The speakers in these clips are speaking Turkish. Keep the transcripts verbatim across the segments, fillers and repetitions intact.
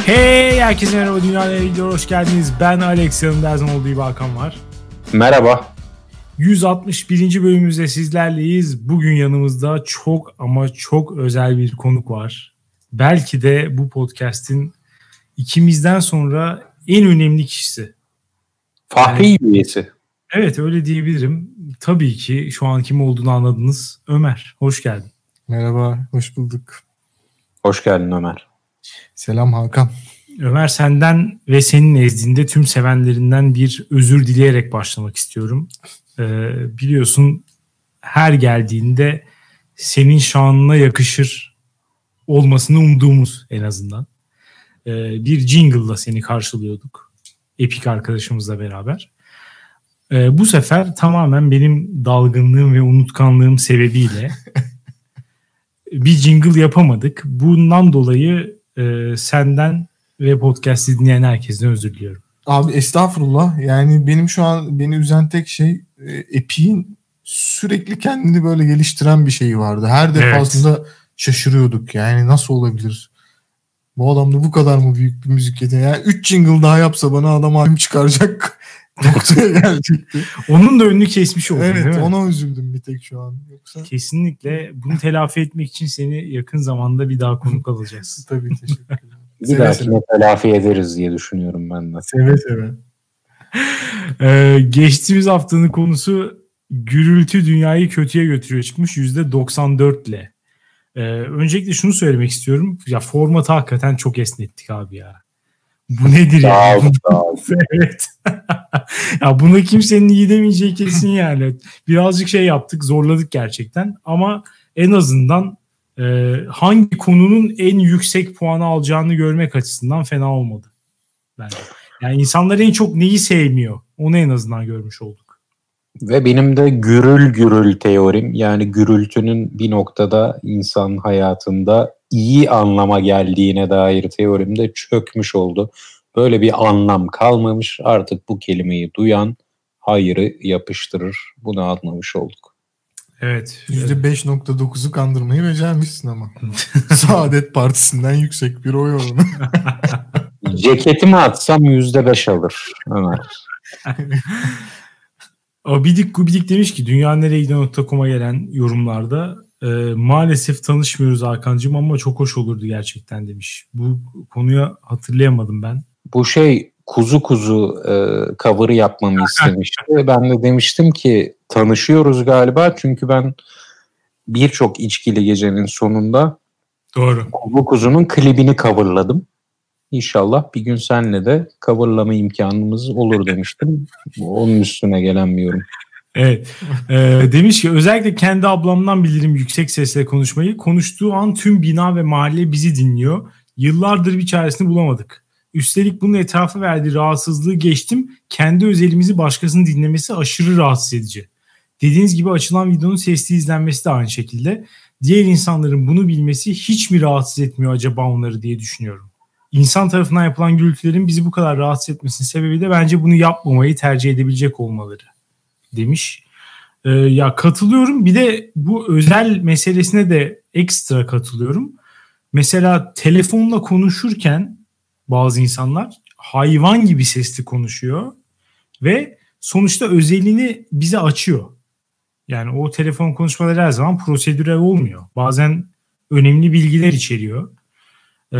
Hey herkese merhaba, Dünya'ya gidiyor, hoş geldiniz. Ben Alex, yanımda her zaman olduğu gibi Hakan var. Merhaba. yüz altmış birinci bölümümüzde sizlerleyiz. Bugün yanımızda çok ama çok özel bir konuk var. Belki de bu podcast'in ikimizden sonra en önemli kişisi. Fahri yani, üyesi. Evet, öyle diyebilirim. Tabii ki şu an kim olduğunu anladınız. Ömer, hoş geldin. Merhaba, hoş bulduk. Hoş geldin Ömer. Selam Hakan. Ömer, senden ve senin nezdinde tüm sevenlerinden bir özür dileyerek başlamak istiyorum. Ee, biliyorsun her geldiğinde senin şanına yakışır olmasını umduğumuz en azından. Ee, bir jingle'la seni karşılıyorduk. Epik arkadaşımızla beraber. Ee, bu sefer tamamen benim dalgınlığım ve unutkanlığım sebebiyle bir jingle yapamadık. Bundan dolayı e, senden ve podcast'i dinleyen herkesten özür diliyorum. Abi estağfurullah. Yani benim şu an beni üzen tek şey e, Epic'in sürekli kendini böyle geliştiren bir şeyi vardı. Her defasında evet. Şaşırıyorduk. Yani nasıl olabilir? Bu adam da bu kadar mı büyük bir müzik yeteneği? Yani üç jingle daha yapsa bana adam albüm çıkaracak noktaya gelecekti. Onun da önünü kesmiş oldun, evet, değil mi? Ona üzüldüm bir tek şu an. Yoksa... Kesinlikle. Bunu telafi etmek için seni yakın zamanda bir daha konuk alacağız. Tabii, teşekkür ederim. Bir dahakine telafi ederiz diye düşünüyorum ben de. Seve seve. Ee, geçtiğimiz haftanın konusu gürültü dünyayı kötüye götürüyor çıkmış yüzde doksan dört ile. Ee, öncelikle şunu söylemek istiyorum. Ya formatı hakikaten çok esnettik abi ya. Bu nedir ya? Evet. Ya buna kimsenin iyi demeyeceği kesin yani. Birazcık şey yaptık, zorladık gerçekten. Ama en azından e, hangi konunun en yüksek puanı alacağını görmek açısından fena olmadı bence. Yani insanlar en çok neyi sevmiyor, onu en azından görmüş olduk. Ve benim de gürül gürül teorim, yani gürültünün bir noktada insan hayatında iyi anlama geldiğine dair teorim de çökmüş oldu. Böyle bir anlam kalmamış. Artık bu kelimeyi duyan hayırı yapıştırır. Bunu anlamış olduk. Evet. yüzde beş nokta dokuzu kandırmayı becermişsin ama. Saadet Partisi'nden yüksek bir oy oranı. Ceketimi atsam yüzde beş alır Ömer. Abidik Gubidik demiş ki dünya nereye gidiyor nokta com'a gelen yorumlarda e, maalesef tanışmıyoruz Hakan'cığım ama çok hoş olurdu gerçekten demiş. Bu konuyu hatırlayamadım ben. Bu şey kuzu kuzu e, cover'ı yapmamı istemişti. Ben de demiştim ki tanışıyoruz galiba, çünkü ben birçok içkili gecenin sonunda doğru kuzu kuzunun klibini coverladım. İnşallah bir gün seninle de coverlama imkanımız olur demiştim. Onun üstüne gelen bir yorum. Evet. Ee, demiş ki özellikle kendi ablamdan bilirim yüksek sesle konuşmayı. Konuştuğu an tüm bina ve mahalle bizi dinliyor. Yıllardır bir çaresini bulamadık. Üstelik bunun etrafa verdiği rahatsızlığı geçtim. Kendi özelimizi başkasının dinlemesi aşırı rahatsız edici. Dediğiniz gibi açılan videonun sesli izlenmesi de aynı şekilde. Diğer insanların bunu bilmesi hiç mi rahatsız etmiyor acaba onları diye düşünüyorum. İnsan tarafından yapılan gürültülerin bizi bu kadar rahatsız etmesinin sebebi de bence bunu yapmamayı tercih edebilecek olmaları demiş. Ee, ya katılıyorum. Bir de bu özel meselesine de ekstra katılıyorum. Mesela telefonla konuşurken bazı insanlar hayvan gibi sesli konuşuyor ve sonuçta özelliğini bize açıyor. Yani o telefon konuşmaları her zaman prosedürel olmuyor. Bazen önemli bilgiler içeriyor. Ee,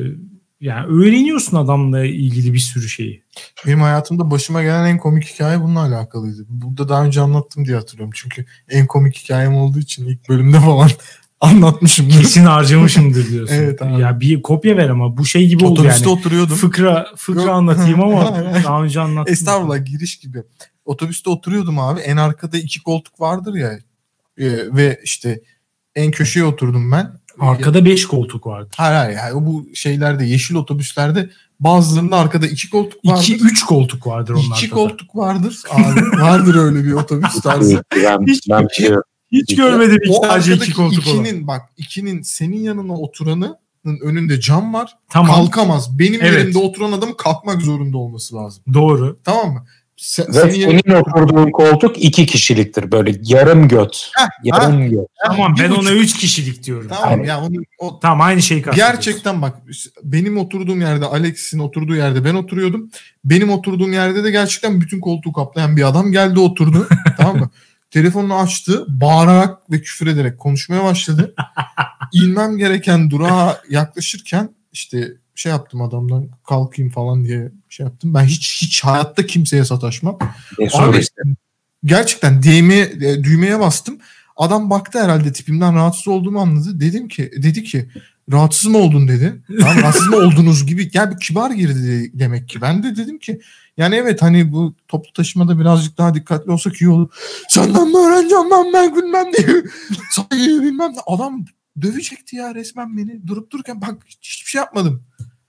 yani öğreniyorsun adamla ilgili bir sürü şeyi. Benim hayatımda başıma gelen en komik hikaye bununla alakalıydı. Burada daha önce anlattım diye hatırlıyorum. Çünkü en komik hikayem olduğu için ilk bölümde falan anlatmışımdır. Kesin harcamışımdır diyorsun. Evet abi. Ya bir kopya ver ama bu şey gibi oldu yani. Otobüste oturuyordum. Fıkra fıkra anlatayım ama daha önce anlattım. Estağfurullah, giriş gibi. Otobüste oturuyordum abi. En arkada iki koltuk vardır ya. Ee, ve işte en köşeye oturdum ben. Arkada beş koltuk vardır. Hayır hayır. Yani bu şeylerde, yeşil otobüslerde bazılarında arkada iki koltuk vardır. İki, üç koltuk vardır onlarda. İki koltuk vardır. Abi, vardır öyle bir otobüs tarzı. ben, hiç, ben hiç, hiç görmedim ilk sadece iki koltuk ikinin, olan. Bak ikinin senin yanına oturanın önünde cam var. Tamam. Kalkamaz. Benim evet. yerimde oturan adam kalkmak zorunda olması lazım. Doğru. Tamam mı? Sen, Ve senin yerin... oturduğun koltuk iki kişiliktir. Böyle yarım göt. Heh, yarım ha, göt. Tamam ben ona üç kişilik diyorum. Tamam yani, ya onu, o, tamam aynı şeyi kastediyorsun. Gerçekten bak benim oturduğum yerde, Alex'in oturduğu yerde ben oturuyordum. Benim oturduğum yerde de gerçekten bütün koltuğu kaplayan bir adam geldi oturdu. Tamam mı? Telefonunu açtı, bağırarak ve küfür ederek konuşmaya başladı. İnmem gereken durağa yaklaşırken işte şey yaptım, adamdan kalkayım falan diye şey yaptım. Ben hiç hiç hayatta kimseye sataşmam. Abi, gerçekten düğmeye, düğmeye bastım. Adam baktı herhalde tipimden rahatsız olduğumu anladı. Dedim ki dedi ki rahatsız mı oldun dedi. Tamam, rahatsız mı oldunuz gibi. Yani bir kibar girdi demek ki. Ben de dedim ki yani evet hani bu toplu taşımada birazcık daha dikkatli olsak iyi olur. Senden mi öğreneceğim ben ben bilmem ne. Saygıyı bilmem ne. Adam dövecekti ya resmen beni. Durup dururken bak hiçbir şey yapmadım.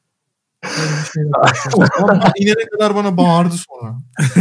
Şey Ama inene kadar bana bağırdı sonra.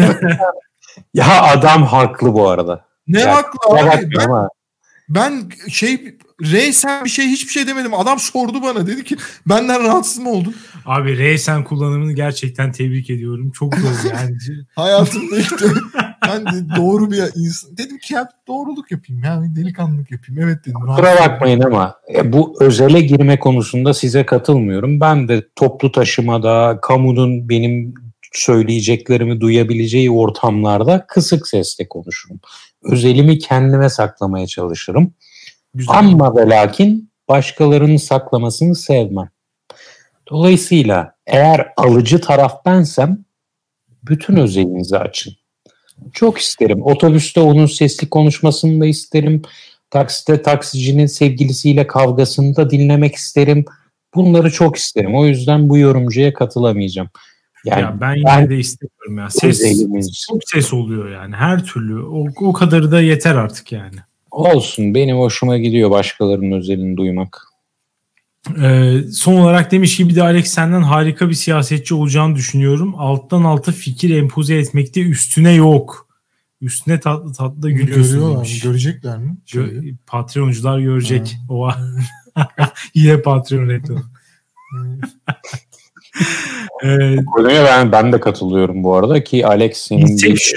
Ya adam haklı bu arada. Ne yani, haklı abi? Ben, ama. ben şey reysen bir şey hiçbir şey demedim. Adam sordu bana. Dedi ki benden rahatsız mı oldun? Abi reysen kullanımını gerçekten tebrik ediyorum. Çok doğru yani. Hayatımda işte ben de doğru bir insan. Dedim ki ya doğruluk yapayım ya. Delikanlılık yapayım. Evet dedim. Kusura bakmayın ama bu özele girme konusunda size katılmıyorum. Ben de toplu taşımada, kamunun benim söyleyeceklerimi duyabileceği ortamlarda kısık sesle konuşurum. Özelimi kendime saklamaya çalışırım. Güzel. Ama ve lakin başkalarının saklamasını sevmem. Dolayısıyla eğer alıcı taraf bensem bütün özelinizi açın. Çok isterim. Otobüste onun sesli konuşmasını da isterim. Takside taksicinin sevgilisiyle kavgasını da dinlemek isterim. Bunları çok isterim. O yüzden bu yorumcuya katılamayacağım. Yani ya ben yine ben de istemiyorum ya. Ses, çok ses oluyor yani her türlü. O, o kadarı da yeter artık yani. Olsun, benim hoşuma gidiyor başkalarının özelini duymak. Ee, son olarak demiş ki bir de Alex senden harika bir siyasetçi olacağını düşünüyorum. Alttan alta fikir empoze etmekte üstüne yok. Üstüne tatlı tatlı da gülüyorsun demiş. Görecekler mi? Gö- Patreoncular görecek. O yine Patreon reklamı. Evet. Ben, ben de katılıyorum bu arada ki Alex'in bir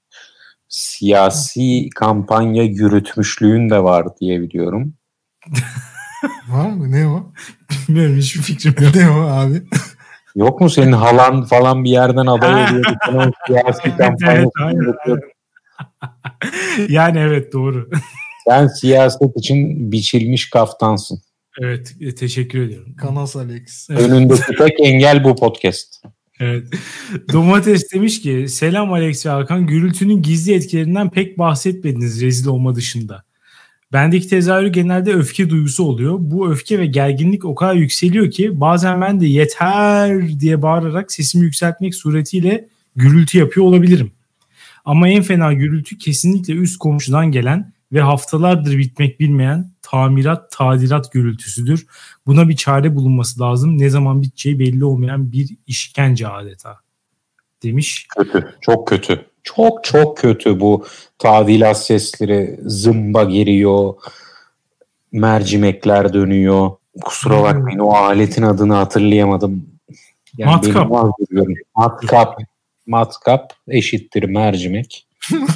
siyasi kampanya yürütmüşlüğün de var diye biliyorum. Var mı? Ne o? Bilmiyorum, hiçbir fikrim yok. Ne o abi? Yok mu senin halan falan bir yerden aday oluyordu? Sen siyasi kampanya yürütüyordun. Yani evet, doğru. Sen siyaset için biçilmiş kaftansın. Evet, teşekkür ediyorum. Kanas Alex. Evet. Önündeki tek engel bu podcast. Evet. Domates demiş ki selam Alex ve Hakan. Gürültünün gizli etkilerinden pek bahsetmediniz rezil olma dışında. Bendeki tezahürü genelde öfke duygusu oluyor. Bu öfke ve gerginlik o kadar yükseliyor ki bazen ben de yeter diye bağırarak sesimi yükseltmek suretiyle gürültü yapıyor olabilirim. Ama en fena gürültü kesinlikle üst komşudan gelen ve haftalardır bitmek bilmeyen tamirat, tadilat gürültüsüdür. Buna bir çare bulunması lazım. Ne zaman biteceği belli olmayan bir işkence adeta. Demiş. Kötü, çok kötü. Çok çok kötü bu tadilat sesleri. Zımba giriyor, mercimekler dönüyor. Kusura bakmayın, o aletin adını hatırlayamadım. Yani matkap. Matkap. Matkap eşittir mercimek.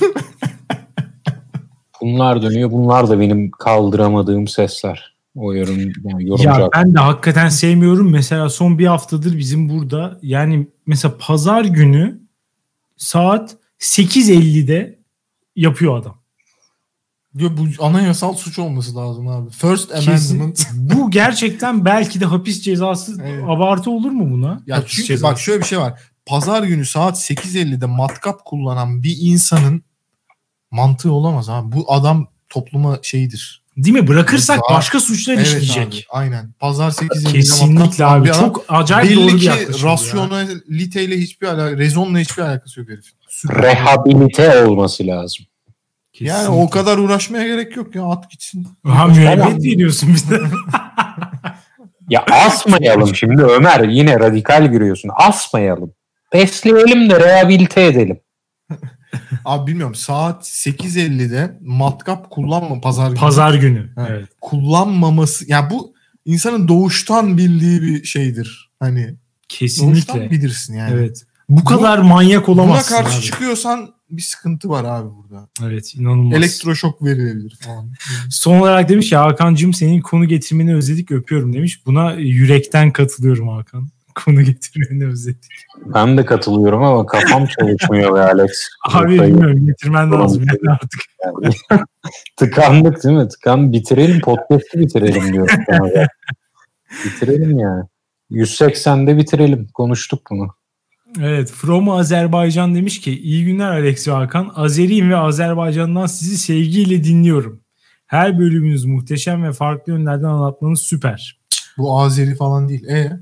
Bunlar dönüyor. Bunlar da benim kaldıramadığım sesler. O yorum, yani yorumcu. Ya ben de hakikaten sevmiyorum. Mesela son bir haftadır bizim burada yani mesela pazar günü saat sekiz ellide yapıyor adam. Ya bu anayasal suç olması lazım abi. First Amendment. Bu gerçekten belki de hapis cezası. Evet. Abartı olur mu buna? Ya çünkü cezası. Bak şöyle bir şey var. Pazar günü saat sekiz ellide matkap kullanan bir insanın mantığı olamaz abi. Bu adam topluma şeyidir. Değil mi? Bırakırsak Daha, başka suçlar evet işleyecek. Abi, aynen. Pazar sekiz ellide kesinlikle abi. Çok adam, acayip doğru bir yaklaşım. Belli ki rasyoneliteyle hiçbir alakası, rezonla hiçbir alakası yok herif. Rehabilite olması lazım. Kesinlikle. Yani o kadar uğraşmaya gerek yok ya, at gitsin. Ha, müebbet veriyorsun bize. Ya asmayalım şimdi Ömer, yine radikal giriyorsun. Asmayalım. Besleyelim de rehabilite edelim. Abi bilmiyorum, saat sekiz ellide matkap kullanma pazar günü. Pazar günü. Ha, evet. Kullanmaması ya yani bu insanın doğuştan bildiği bir şeydir. Hani kesinlikle doğuştan bilirsin yani. Evet. Bu kadar bu, manyak olamazsın. Buna karşı abi. çıkıyorsan bir sıkıntı var abi burada. Evet, inanılmaz. Elektroşok verilebilir falan. Son olarak demiş ki Hakan'cığım senin konu getirmeni özledik, öpüyorum demiş. Buna yürekten katılıyorum Hakan. Konu getirmeni özledik. Ben de katılıyorum ama kafam çalışmıyor be Alex. Abi bilmiyorum, getirmen lazım yani artık. Yani, tıkandık değil mi? Tıkan bitirelim, podcast'ı bitirelim diyorum. Bitirelim yani. yüz seksende bitirelim. Konuştuk bunu. Evet. From Azerbaycan demiş ki iyi günler Alex ve Hakan. Azeriyim ve Azerbaycan'dan sizi sevgiyle dinliyorum. Her bölümünüz muhteşem ve farklı yönlerden anlatmanız süper. Bu Azeri falan değil. E?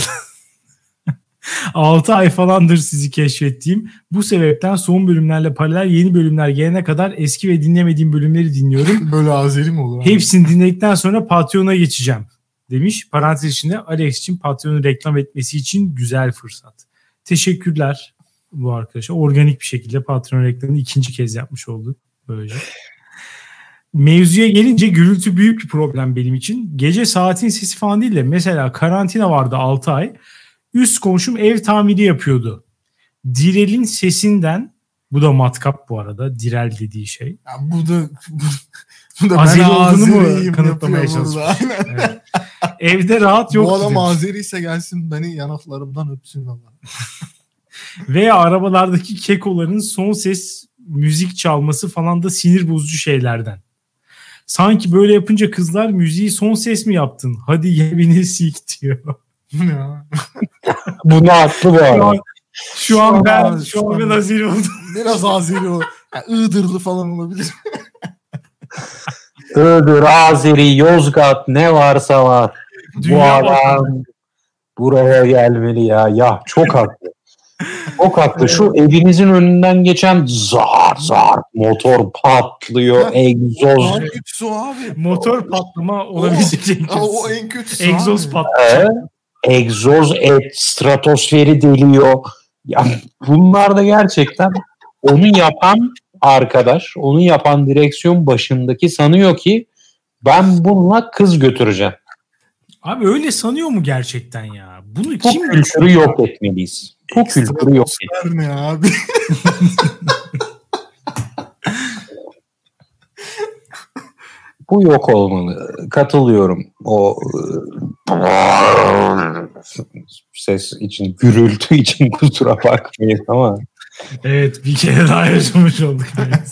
altı ay falandır sizi keşfettiğim. Bu sebepten son bölümlerle paralel yeni bölümler gelene kadar eski ve dinlemediğim bölümleri dinliyorum. Böyle Azeri mi olur? Hepsini dinledikten sonra Patreon'a geçeceğim demiş. Parantez içinde Alex için Patreon'u reklam etmesi için güzel fırsat. Teşekkürler bu arkadaşa. Organik bir şekilde Patreon reklamını ikinci kez yapmış olduk. Böylece. Mevzuya gelince gürültü büyük bir problem benim için. Gece saatin sesi falan değil de mesela karantina vardı altı ay. Üst komşum ev tamiri yapıyordu. Direl'in sesinden, bu da matkap bu arada, Direl dediği şey. Ya bu da, bu, bu da Azeri olduğunu mu kanıtlamaya çalışmış? Evet. Evde rahat yoktu. Bu adam demiş. Azeri ise gelsin beni yanaklarımdan öpsün Allah. Veya arabalardaki kekoların son ses müzik çalması falan da sinir bozucu şeylerden. Sanki böyle yapınca kızlar müziği son ses mi yaptın? Hadi ye beni sik diyor. Bunu haklı bu arada. Şu an ben şu an ben Azeri oldum. Biraz Azeri o. Yani Iğdırlı falan olabilir. Iğdır, Azeri, Yozgat ne varsa var. Dünya bu adam buraya gelmeli ya. Ya çok haklı. Çok haklı. Şu evinizin önünden geçen zar zar motor patlıyor. Ya, egzoz. En kötüsü o abi. Motor patlama olabilecek en kötüsü. O en kötüsü egzoz abi. patlıyor. Ee, egzoz et, stratosferi deliyor. Ya bunlar da gerçekten onu yapan arkadaş, onu yapan direksiyon başındaki sanıyor ki ben bununla kız götüreceğim. Abi öyle sanıyor mu gerçekten ya? Bunu Bu kim kültürü yok etmeliyiz. Bu kültürü yok etmeliyiz. Ne abi? Bu yok olmalı. Katılıyorum. O ses için, gürültü için kusura bakmayın ama. Evet, bir kere daha yaşamış olduk.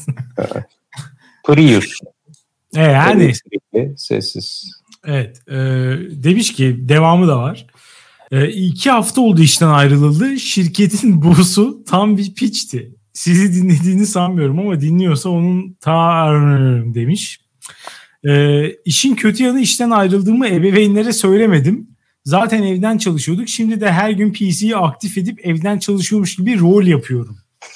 Prius. E yani. Sessiz. Evet. E, demiş ki devamı da var. E, iki hafta oldu işten ayrılıldı. Şirketin boss'u tam bir piçti. Sizi dinlediğini sanmıyorum ama dinliyorsa onun tanrım demiş. E, işin kötü yanı işten ayrıldığımı ebeveynlere söylemedim. Zaten evden çalışıyorduk. Şimdi de her gün P C'yi aktif edip evden çalışıyormuş gibi rol yapıyorum.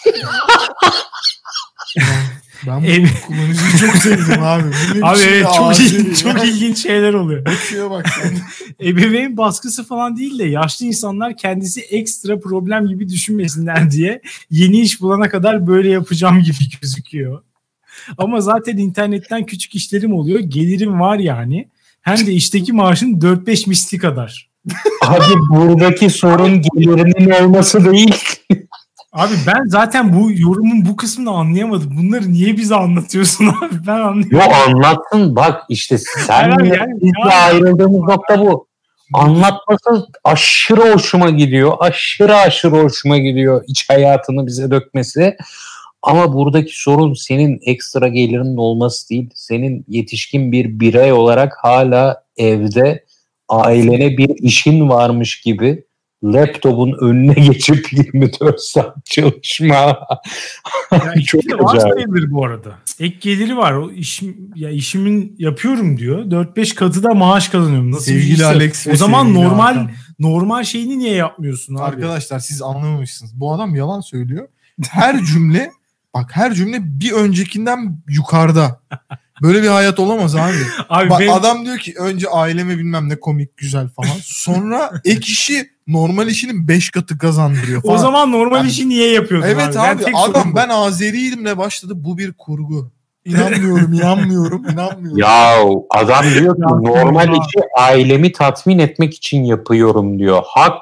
Ben bu Ev... kullanıcıyı çok sevdim abi. Abi evet, çok, il, çok ilginç şeyler oluyor. Bakıyor bak. Ebeveyn baskısı falan değil de yaşlı insanlar kendisi ekstra problem gibi düşünmesinler diye yeni iş bulana kadar böyle yapacağım gibi gözüküyor. Ama zaten internetten küçük işlerim oluyor. Gelirim var yani. Hem de işteki maaşın dört beş misli kadar. Abi buradaki sorun gelirinin olması değil. Abi ben zaten bu yorumun bu kısmını anlayamadım. Bunları niye bize anlatıyorsun abi? Ben anlayamadım. Yo anlattın bak işte senle yani, bizle ayrıldığımız nokta bu. Anlatması aşırı hoşuma gidiyor. Aşırı aşırı hoşuma gidiyor iç hayatını bize dökmesi. Ama buradaki sorun senin ekstra gelirinin olması değil. Senin yetişkin bir birey olarak hala evde ailene bir işin varmış gibi laptopun önüne geçip yirmi dört saat çalışma. Yani çok acayip. Bu arada. Ek geliri var. O işim, ya işimin yapıyorum diyor. dört beş katı da maaş kazanıyorum. Nasıl sevgili işte? Alex o zaman normal Hakan. normal şeyini niye yapmıyorsun abi? Arkadaşlar siz anlamamışsınız. Bu adam yalan söylüyor. Her cümle bak her cümle bir öncekinden yukarıda. Böyle bir hayat olamaz abi. abi Bak, benim... Adam diyor ki önce aileme bilmem ne komik güzel falan. Sonra ek işi normal işinin beş katı kazandırıyor falan. O zaman normal yani, işi niye yapıyordun evet abi? Evet abi adam ben Azeriyimle başladı. Bu bir kurgu. İnanmıyorum, inanmıyorum, inanmıyorum. Ya adam diyor ki normal işi ailemi tatmin etmek için yapıyorum diyor. Haklı.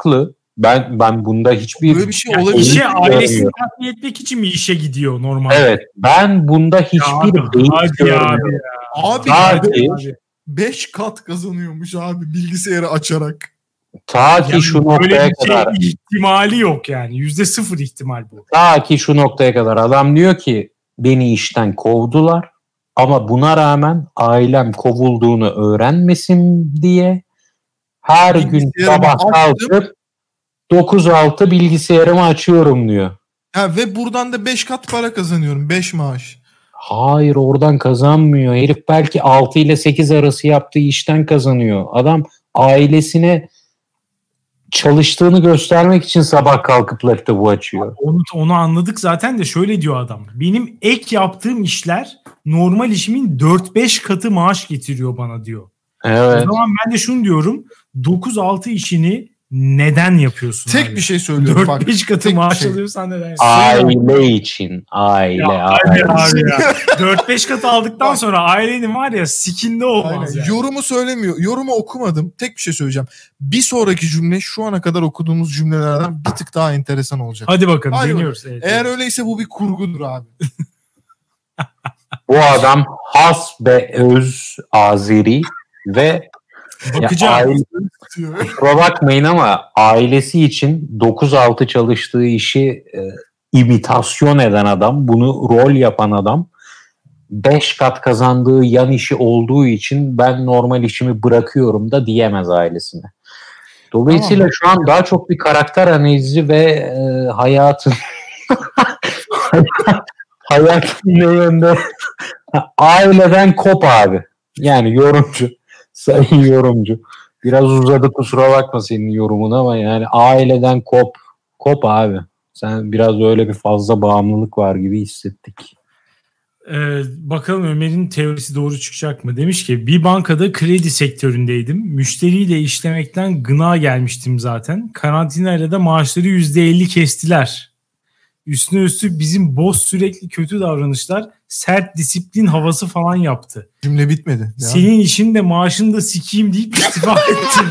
Ben ben bunda hiçbir böyle bir şey Yani olabilir. işe ailesini tatmin etmek için mi işe gidiyor normalde? Evet, ben bunda hiçbir Ya, beis hadi görmüyorum. abi ya. Abi Ta Hadi ki, abi. beş kat kazanıyormuş abi bilgisayarı açarak. ta ki Yani şu böyle noktaya bir kadar, şey ihtimali yok yani. Yüzde sıfır ihtimal bu. ta ki şu noktaya kadar adam diyor ki beni işten kovdular ama buna rağmen ailem kovulduğunu öğrenmesin diye her gün Bilgisayarımı sabah açtım. kalkıp dokuz altı bilgisayarımı açıyorum diyor. Ha, ve buradan da beş kat para kazanıyorum. beş maaş. Hayır, oradan kazanmıyor. Herif belki altı ile sekiz arası yaptığı işten kazanıyor. Adam ailesine çalıştığını göstermek için sabah kalkıp laptopu açıyor. Onu, onu anladık zaten de şöyle diyor adam. Benim ek yaptığım işler normal işimin dört beş katı maaş getiriyor bana diyor. Evet. O zaman ben de şunu diyorum. dokuz altı işini neden yapıyorsun Tek abi? bir şey söylüyorum. dört beş katı tek bir maaş şey. alıyorsan neden? Aile için. Aile. Ya, aile. hadi abi ya. dört beş katı aldıktan sonra ailenin var ya sikinde olmaz Aynen. yani. Yorumu söylemiyor. Yorumu okumadım. Tek bir şey söyleyeceğim. Bir sonraki cümle şu ana kadar okuduğumuz cümlelerden bir tık daha enteresan olacak. Hadi bakalım Hadi deniyoruz. Evet, Eğer evet. öyleyse bu bir kurgudur abi. Bu adam has be öz Azeri ve Bakacağım. ya aile, kusura bakmayın ama ailesi için dokuz altı çalıştığı işi e, imitasyon eden adam, bunu rol yapan adam, beş kat kazandığı yan işi olduğu için ben normal işimi bırakıyorum da diyemez ailesine. Dolayısıyla Tamam. şu an daha çok bir karakter analizi ve e, hayatın hayatın ne yönde aileden kop abi. Yani yorumcu. Sayın yorumcu. Biraz uzadı, kusura bakma senin yorumun ama yani aileden kop. Kop abi. Sen biraz öyle bir fazla bağımlılık var gibi hissettik. Ee, bakalım Ömer'in teorisi doğru çıkacak mı? Demiş ki bir bankada kredi sektöründeydim. Müşteriyle işlemekten gına gelmiştim zaten. Karantinayla da maaşları yüzde elli kestiler. Üstüne üstlük bizim boss sürekli kötü davranışlar, sert disiplin havası falan yaptı. Cümle bitmedi. Ya. Senin işin de maaşını da sikeyim deyip istifa ettim.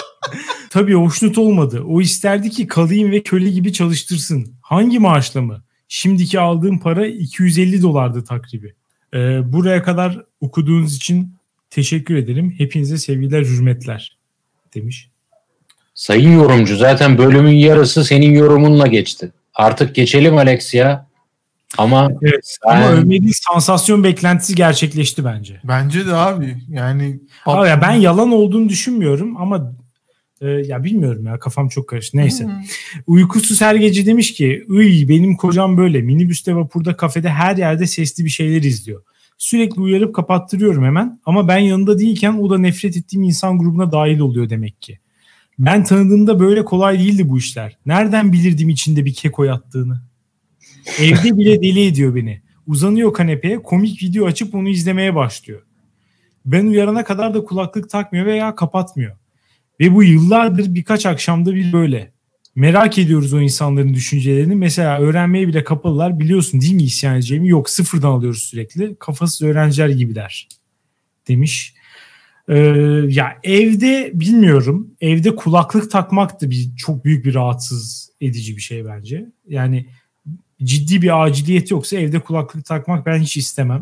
Tabii hoşnut olmadı. O isterdi ki kalayım ve köle gibi çalıştırsın. Hangi maaşla mı? Şimdiki aldığım para iki yüz elli dolardı takribi. Ee, buraya kadar okuduğunuz için teşekkür ederim. Hepinize sevgiler, hürmetler demiş. Sayın yorumcu, zaten bölümün yarısı senin yorumunla geçti. Artık geçelim Alex ya. Ama evet, sen... ama Ömer'in sansasyon beklentisi gerçekleşti bence. Bence de abi. Yani abi ya ben yalan olduğunu düşünmüyorum ama e, ya bilmiyorum ya, kafam çok karıştı. Neyse. Hmm. Uykusuz her gece demiş ki "Iy, benim kocam böyle minibüste, vapurda, kafede, her yerde sesli bir şeyler izliyor. Sürekli uyarıp kapattırıyorum hemen ama ben yanında değilken o da nefret ettiğim insan grubuna dahil oluyor demek ki. Ben tanıdığımda böyle kolay değildi bu işler. Nereden bilirdim içinde bir keko yattığını? Evde bile deli ediyor beni. Uzanıyor kanepeye, komik video açıp onu izlemeye başlıyor. Ben uyarana kadar da kulaklık takmıyor veya kapatmıyor. Ve bu yıllardır birkaç akşamda bir böyle. Merak ediyoruz o insanların düşüncelerini. Mesela öğrenmeye bile kapalılar. Biliyorsun değil mi isyan edeceğimi? Yok, sıfırdan alıyoruz sürekli. Kafasız öğrenciler gibiler demiş. Ee, ya evde bilmiyorum. Evde kulaklık takmak da bir çok büyük bir rahatsız edici bir şey bence. Yani ciddi bir aciliyet yoksa evde kulaklık takmak ben hiç istemem.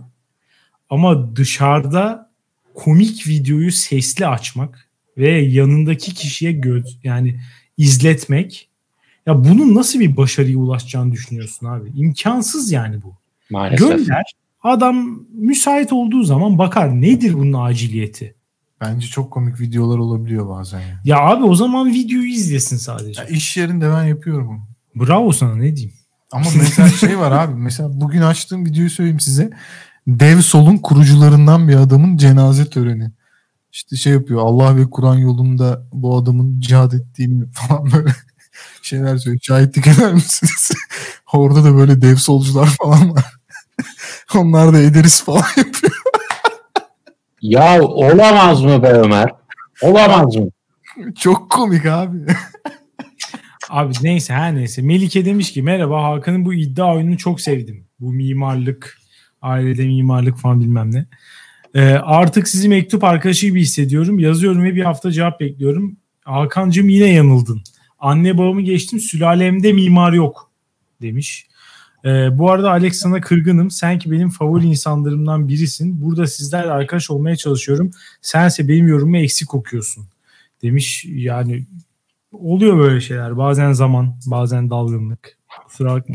Ama dışarıda komik videoyu sesli açmak ve yanındaki kişiye göz yani izletmek, ya bunun nasıl bir başarıya ulaşacağını düşünüyorsun abi? İmkansız yani bu. Maalesef. Gönder, adam müsait olduğu zaman bakar nedir bunun aciliyeti. Bence çok komik videolar olabiliyor bazen ya. Ya abi o zaman videoyu izlesin sadece. Ya iş yerinde ben yapıyorum onu. Bravo sana, ne diyeyim. Ama mesela şey var abi. Mesela bugün açtığım videoyu söyleyeyim size. DevSol'un kurucularından bir adamın cenaze töreni. İşte şey yapıyor. Allah ve Kur'an yolunda bu adamın cihad ettiğini falan böyle şeyler söylüyor. Şahitlik eder misiniz? Orada da böyle DevSolcular falan var. Onlar da ederiz falan yapıyor. Ya olamaz mı be Ömer? Olamaz mı? Çok komik abi. Abi neyse her neyse. Melike demiş ki merhaba, Hakan'ın bu iddia oyununu çok sevdim. Bu mimarlık, ailede mimarlık falan bilmem ne. Ee, artık sizi mektup arkadaşı gibi hissediyorum. Yazıyorum ve bir hafta cevap bekliyorum. Hakan'cığım yine yanıldın. Anne babamı geçtim, sülalemde mimar yok demiş. Ee, bu arada Alex sana kırgınım. Sen ki benim favori insanlarımdan birisin. Burada sizlerle arkadaş olmaya çalışıyorum. Sense benim yorumumu eksik okuyorsun demiş. Yani oluyor böyle şeyler. Bazen zaman, bazen dalgınlık. Kusura bakma.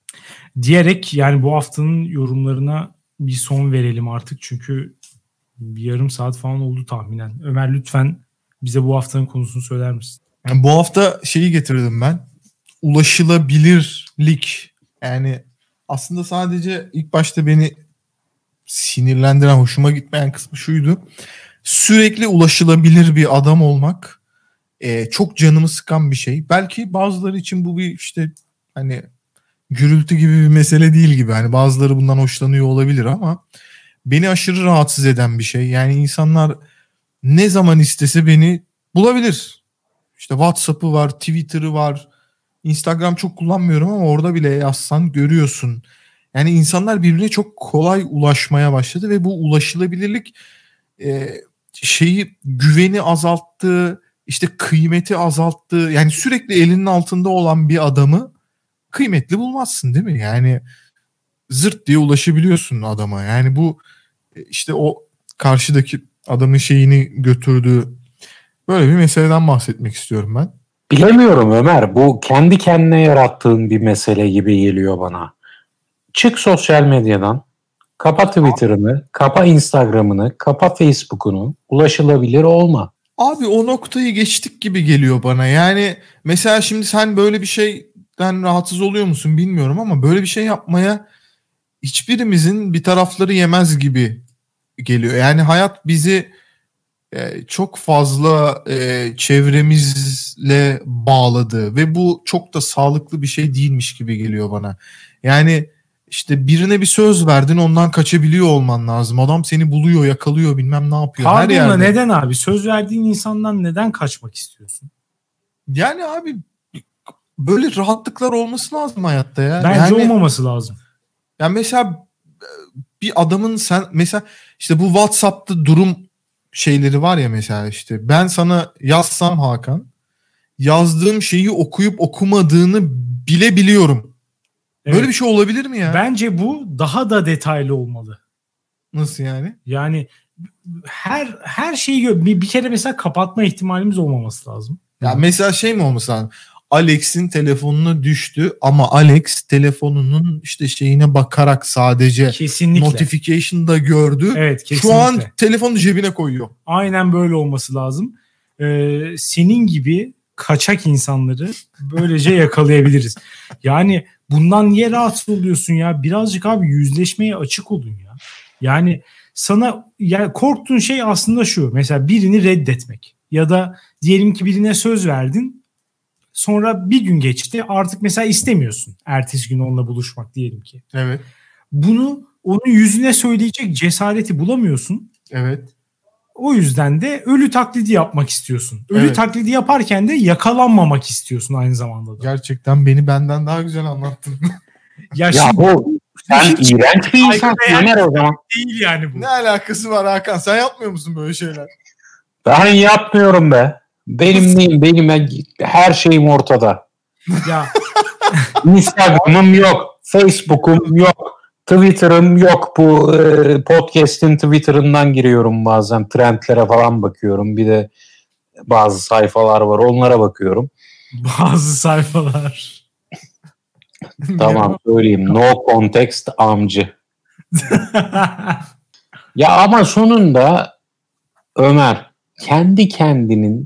Diyerek yani bu haftanın yorumlarına bir son verelim artık. Çünkü bir yarım saat falan oldu tahminen. Ömer lütfen bize bu haftanın konusunu söyler misin? Yani bu hafta şeyi getirdim ben. Ulaşılabilirlik. Yani aslında sadece ilk başta beni sinirlendiren, hoşuma gitmeyen kısmı şuydu. Sürekli ulaşılabilir bir adam olmak e, çok canımı sıkan bir şey. Belki bazıları için bu bir işte hani gürültü gibi bir mesele değil gibi. Hani bazıları bundan hoşlanıyor olabilir ama beni aşırı rahatsız eden bir şey. Yani insanlar ne zaman istese beni bulabilir. İşte WhatsApp'ı var, Twitter'ı var. Instagram çok kullanmıyorum ama orada bile yazsan görüyorsun. Yani insanlar birbirine çok kolay ulaşmaya başladı ve bu ulaşılabilirlik e, şeyi güveni azalttı, işte kıymeti azalttı. Yani sürekli elinin altında olan bir adamı kıymetli bulmazsın değil mi? Yani zırt diye ulaşabiliyorsun adama. Yani bu işte o karşıdaki adamın şeyini götürdüğü böyle bir meseleden bahsetmek istiyorum ben. Bilemiyorum Ömer. Bu kendi kendine yarattığın bir mesele gibi geliyor bana. Çık sosyal medyadan, kapa Twitter'ını, kapa Instagram'ını, kapa Facebook'unu, ulaşılabilir olma. Abi o noktayı geçtik gibi geliyor bana. Yani mesela şimdi sen böyle bir şeyden rahatsız oluyor musun bilmiyorum ama böyle bir şey yapmaya hiçbirimizin bir tarafları yemez gibi geliyor. Yani hayat bizi e, çok fazla e, çevremizle bağladı ve bu çok da sağlıklı bir şey değilmiş gibi geliyor bana. Yani işte birine bir söz verdin, ondan kaçabiliyor olman lazım. Adam seni buluyor, yakalıyor, bilmem ne yapıyor. Pardon her yerde. da neden abi? Söz verdiğin insandan neden kaçmak istiyorsun? Yani abi böyle rahatlıklar olması lazım hayatta ya. Bence yani, olmaması lazım. Yani mesela bir adamın sen mesela işte bu WhatsApp'ta durum şeyleri var ya mesela işte ben sana yazsam Hakan yazdığım şeyi okuyup okumadığını bile biliyorum. Evet. Böyle bir şey olabilir mi ya? Bence bu daha da detaylı olmalı. Nasıl yani? Yani her her şeyi bir, bir kere mesela kapatma ihtimalimiz olmaması lazım. Ya mesela şey mi olması lazım? Alex'in telefonuna düştü ama Alex telefonunun işte şeyine bakarak sadece kesinlikle notification'da gördü. Evet, kesinlikle. Şu an telefonu cebine koyuyor. Aynen böyle olması lazım. Ee, senin gibi kaçak insanları böylece yakalayabiliriz. Yani bundan niye rahatsız oluyorsun ya? Birazcık abi yüzleşmeye açık olun ya. Yani sana yani korktuğun şey aslında şu. Mesela birini reddetmek. Ya da diyelim ki birine söz verdin. Sonra bir gün geçti. Artık mesela istemiyorsun. Ertesi gün onunla buluşmak diyelim ki. Evet. Bunu onun yüzüne söyleyecek cesareti bulamıyorsun. Evet. O yüzden de ölü taklidi yapmak istiyorsun. Ölü evet. taklidi yaparken de yakalanmamak istiyorsun aynı zamanda da. Gerçekten beni benden daha güzel anlattın. ya, ya şimdi, bu sen iğrenç bir insan Ömer o zaman. Değil yani bu. Ne alakası var Hakan? Sen yapmıyor musun böyle şeyler? Ben yapmıyorum be. Benim neyim? Benim her şeyim ortada. Ya Instagram'ım yok. Facebook'um yok. Twitter'ım yok. Bu e, podcast'in Twitter'ından giriyorum bazen. Trendlere falan bakıyorum. Bir de bazı sayfalar var. Onlara bakıyorum. Bazı sayfalar. Tamam söyleyeyim. No context amcı. Ya ama sonunda Ömer kendi kendinin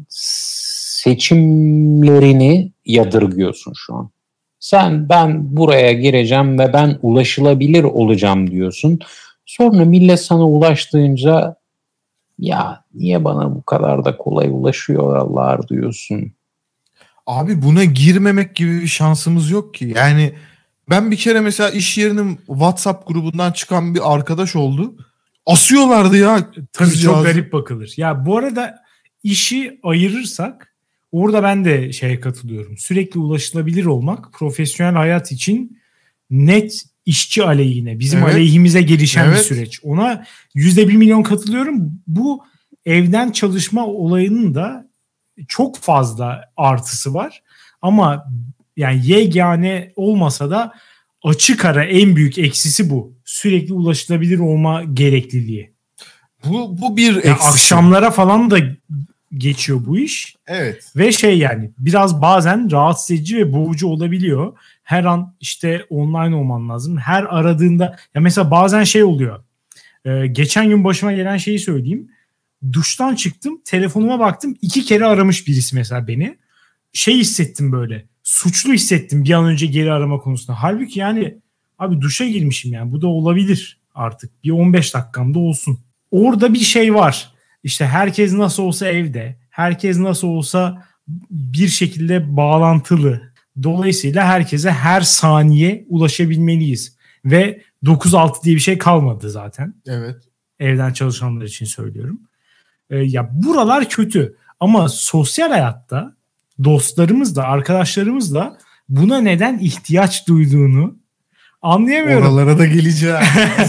seçimlerini yadırgıyorsun şu an. Sen ben buraya gireceğim ve ben ulaşılabilir olacağım diyorsun. Sonra millet sana ulaştığınca ya niye bana bu kadar da kolay ulaşıyorlar diyorsun. Abi buna girmemek gibi bir şansımız yok ki. Yani ben bir kere mesela iş yerinin WhatsApp grubundan çıkan bir arkadaş oldu. Asıyorlardı ya. Tabii çok garip bakılır. Ya bu arada işi ayırırsak orada ben de şeye katılıyorum. Sürekli ulaşılabilir olmak profesyonel hayat için net işçi aleyhine, bizim evet. aleyhimize gelişen evet. bir süreç. Ona yüzde bir milyon katılıyorum. Bu evden çalışma olayının da çok fazla artısı var. Ama yani yegane olmasa da açık ara en büyük eksisi bu. Sürekli ulaşılabilir olma gerekliliği. Bu bu bir yani akşamlara falan da geçiyor bu iş. Evet. Ve şey yani biraz bazen rahatsız edici ve boğucu olabiliyor. Her an işte online olman lazım. Her aradığında ya mesela bazen şey oluyor. Ee, geçen gün başıma gelen şeyi söyleyeyim. Duştan çıktım, telefonuma baktım. iki kere aramış birisi mesela beni. Şey hissettim böyle. Suçlu hissettim bir an önce geri arama konusunda. Halbuki yani abi duşa girmişim yani. Bu da olabilir artık. Bir on beş dakikamda olsun. Orada bir şey var. İşte herkes nasıl olsa evde. Herkes nasıl olsa bir şekilde bağlantılı. Dolayısıyla herkese her saniye ulaşabilmeliyiz. Ve dokuz altı diye bir şey kalmadı zaten. Evet. Evden çalışanlar için söylüyorum. Ee, ya buralar kötü. Ama sosyal hayatta dostlarımızla, arkadaşlarımızla buna neden ihtiyaç duyduğunu anlayamıyorum. Oralara da geleceğim.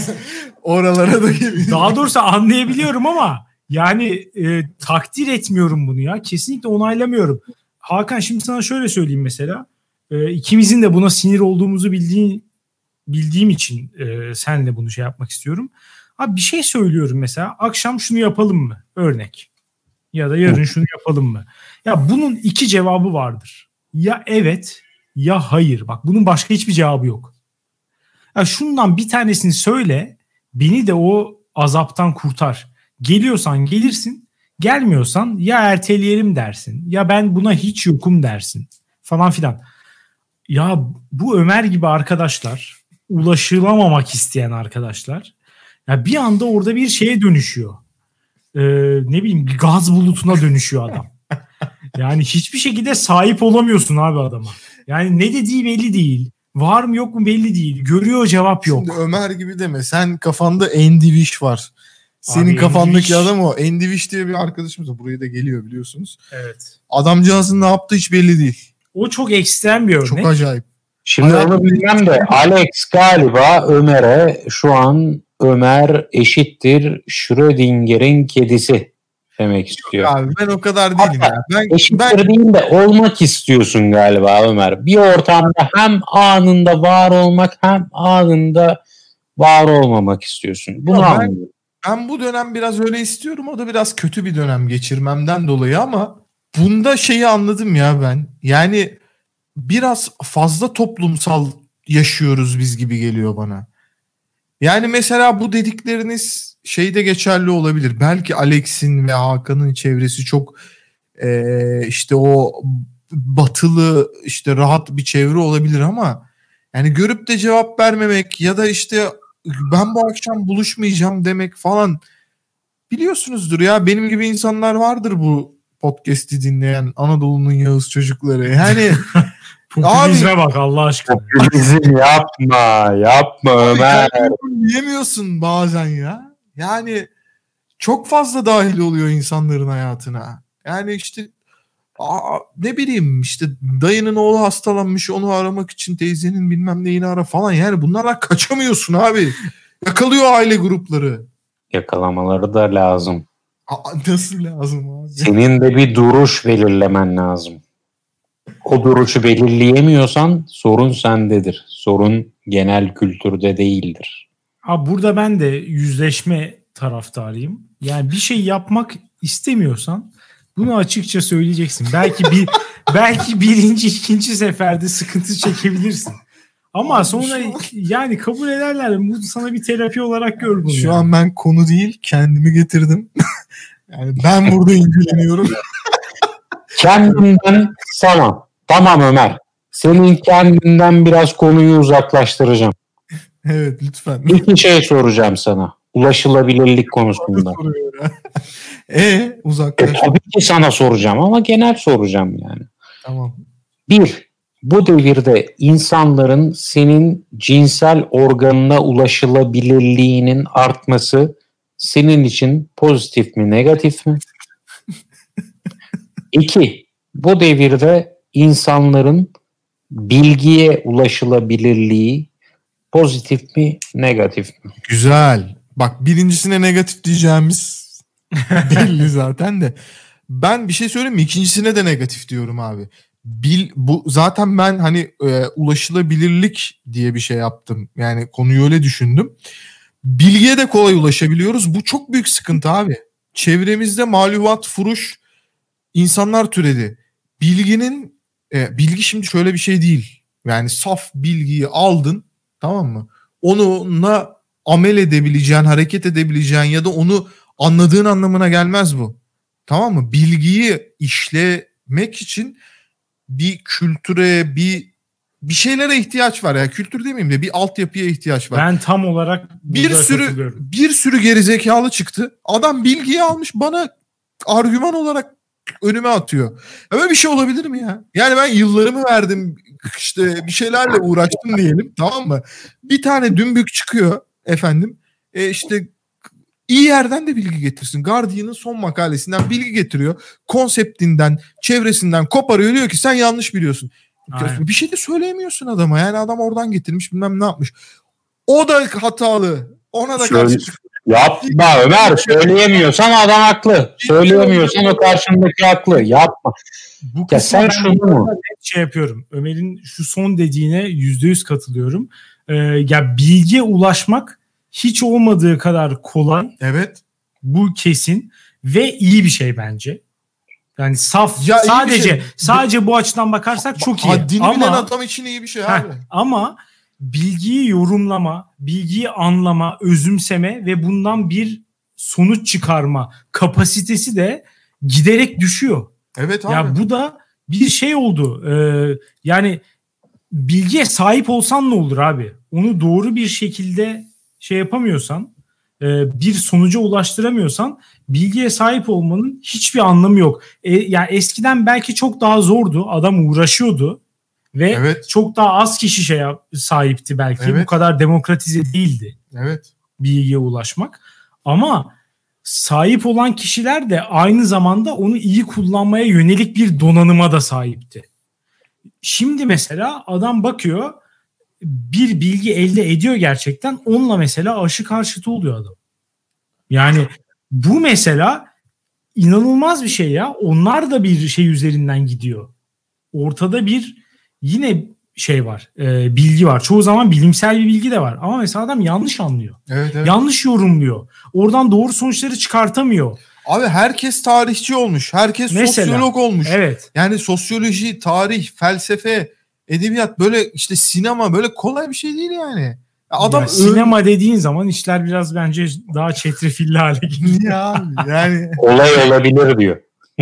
Oralara da geleceğim. Daha doğrusu anlayabiliyorum ama yani e, takdir etmiyorum bunu ya. Kesinlikle onaylamıyorum. Hakan şimdi sana şöyle söyleyeyim mesela. E, ikimizin de buna sinir olduğumuzu bildiğin, bildiğim için e, senle bunu şey yapmak istiyorum. Abi bir şey söylüyorum mesela. Akşam şunu yapalım mı? Örnek. Ya da yarın şunu yapalım mı? Ya bunun iki cevabı vardır. Ya evet ya hayır. Bak bunun başka hiçbir cevabı yok. Ya şundan bir tanesini söyle. Beni de o azaptan kurtar. Geliyorsan gelirsin. Gelmiyorsan ya erteleyelim dersin. Ya ben buna hiç yokum dersin. Falan filan. Ya bu Ömer gibi arkadaşlar, ulaşılamamak isteyen arkadaşlar, ya bir anda orada bir şeye dönüşüyor. Ee, ne bileyim bir gaz bulutuna dönüşüyor adam. Yani hiçbir şekilde sahip olamıyorsun abi adama. Yani ne dediği belli değil. Var mı yok mu belli değil. Görüyor cevap yok. Şimdi Ömer gibi deme. Sen kafanda Endiviş var. Senin abi, kafandaki Endiviş. Adam o. Endiviş diye bir arkadaşımız var. Buraya da geliyor biliyorsunuz. Evet. Adamcağızın ne yaptığı hiç belli değil. O çok ekstrem bir örnek. Çok acayip. Şimdi Hayat onu bilmem de Alex galiba Ömer'e şu an Ömer eşittir Schrödinger'in kedisi demek istiyor. Abi ben o kadar değilim. Hatta ya. Ben, eşittir ben... değil de olmak istiyorsun galiba Ömer. Bir ortamda hem anında var olmak hem anında var olmamak istiyorsun. Bunu ya ben, anlıyorum. Ben bu dönem biraz öyle istiyorum. O da biraz kötü bir dönem geçirmemden dolayı ama bunda şeyi anladım ya ben. Yani biraz fazla toplumsal yaşıyoruz biz gibi geliyor bana. Yani mesela bu dedikleriniz şeyde geçerli olabilir. Belki Alex'in ve Hakan'ın çevresi çok e, işte o batılı işte rahat bir çevre olabilir ama yani görüp de cevap vermemek ya da işte ben bu akşam buluşmayacağım demek falan biliyorsunuzdur ya benim gibi insanlar vardır bu podcast'i dinleyen Anadolu'nun Yağız çocukları. Yani popülizme bak Allah aşkına. Popülizm yapma, yapma Ömer. Diyemiyorsun bazen ya. Yani çok fazla dahil oluyor insanların hayatına. Yani işte aa, ne bileyim işte dayının oğlu hastalanmış onu aramak için teyzenin bilmem neyini ara falan. Yani bunlardan kaçamıyorsun abi. Yakalıyor aile grupları. Yakalamaları da lazım. Aa, nasıl lazım abi? Senin de bir duruş belirlemen lazım. O duruşu belirleyemiyorsan sorun sendedir. Sorun genel kültürde değildir. Ha burada ben de yüzleşme taraftarıyım. Yani bir şey yapmak istemiyorsan bunu açıkça söyleyeceksin. Belki bir belki birinci, ikinci seferde sıkıntı çekebilirsin. Ama sonra yani kabul ederler. Bu sana bir terapi olarak gör bunu. Şu yani. an ben konu değil kendimi getirdim. Yani ben burada ilgileniyorum. Kendimden sana. Tamam Ömer. Senin kendinden biraz konuyu uzaklaştıracağım. Evet lütfen. İki şey soracağım sana. Ulaşılabilirlik konusunda. Eee uzaklaş. E, tabii ki sana soracağım ama genel soracağım yani. Tamam. Bir, bu devirde insanların senin cinsel organına ulaşılabilirliğinin artması senin için pozitif mi, negatif mi? İki, bu devirde insanların bilgiye ulaşılabilirliği pozitif mi, negatif mi? Güzel. Bak birincisine negatif diyeceğimiz belli zaten de. Ben bir şey söyleyeyim mi? İkincisine de negatif diyorum abi. bil bu zaten ben hani e, ulaşılabilirlik diye bir şey yaptım. Yani konuyu öyle düşündüm. Bilgiye de kolay ulaşabiliyoruz. Bu çok büyük sıkıntı abi. Çevremizde malumat, furuş insanlar türedi. Bilginin e, bilgi şimdi şöyle bir şey değil. Yani saf bilgiyi aldın, tamam mı? Onunla amel edebileceğin, hareket edebileceğin ya da onu anladığın anlamına gelmez bu. Tamam mı? Bilgiyi işlemek için bir kültüre, bir bir şeylere ihtiyaç var ya. Kültür demeyeyim de bir altyapıya ihtiyaç var. Ben tam olarak bir sürü bir sürü gerizekalı çıktı. Adam bilgiyi almış, bana argüman olarak önüme atıyor. Ya böyle bir şey olabilir mi ya? Yani ben yıllarımı verdim, işte bir şeylerle uğraştım diyelim, tamam mı? Bir tane dümbük çıkıyor efendim. E işte iyi yerden de bilgi getirsin. Guardian'ın son makalesinden bilgi getiriyor. Konseptinden, çevresinden koparıyor, diyor ki sen yanlış biliyorsun. Aynen. Bir şey de söyleyemiyorsun adama. Yani adam oradan getirmiş, bilmem ne yapmış. O da hatalı. Ona da karşı çıkıyor. Yapma Ömer, söyleyemiyorsan adam haklı. Söyleyemiyorsan o karşındaki haklı. Yapma. Bu ya sen şunu mu? Şey yapıyorum. Ömer'in şu son dediğine yüzde yüz katılıyorum. Ee, ya bilgiye ulaşmak hiç olmadığı kadar kolay. Evet. Bu kesin ve iyi bir şey bence. Yani saf ya sadece şey. sadece bu açıdan bakarsak çok iyi. Haddini ama bilen adam için iyi bir şey abi. Heh, ama bilgiyi yorumlama, bilgiyi anlama, özümseme ve bundan bir sonuç çıkarma kapasitesi de giderek düşüyor. Evet abi. Ya bu da bir şey oldu. Ee, yani bilgiye sahip olsan ne olur abi? Onu doğru bir şekilde şey yapamıyorsan, e, bir sonuca ulaştıramıyorsan bilgiye sahip olmanın hiçbir anlamı yok. E, yani eskiden belki çok daha zordu. Adam uğraşıyordu. Ve evet. çok daha az kişi şey sahipti belki. Evet. Bu kadar demokratize değildi. Evet. Bilgiye ulaşmak. Ama sahip olan kişiler de aynı zamanda onu iyi kullanmaya yönelik bir donanıma da sahipti. Şimdi mesela adam bakıyor, bir bilgi elde ediyor gerçekten. Onunla mesela aşı karşıtı oluyor adam. Yani bu mesela inanılmaz bir şey ya. Onlar da bir şey üzerinden gidiyor. Ortada bir yine şey var, e, bilgi var. Çoğu zaman bilimsel bir bilgi de var. Ama mesela adam yanlış anlıyor. Evet, evet. Yanlış yorumluyor. Oradan doğru sonuçları çıkartamıyor. Abi herkes tarihçi olmuş. Herkes mesela, sosyolog olmuş. Evet. Yani sosyoloji, tarih, felsefe, edebiyat, böyle işte sinema böyle kolay bir şey değil yani. Adam ya, sinema dediğin zaman işler biraz bence daha çetrefilli hale geliyor. Ya yani olay olabilir diyor.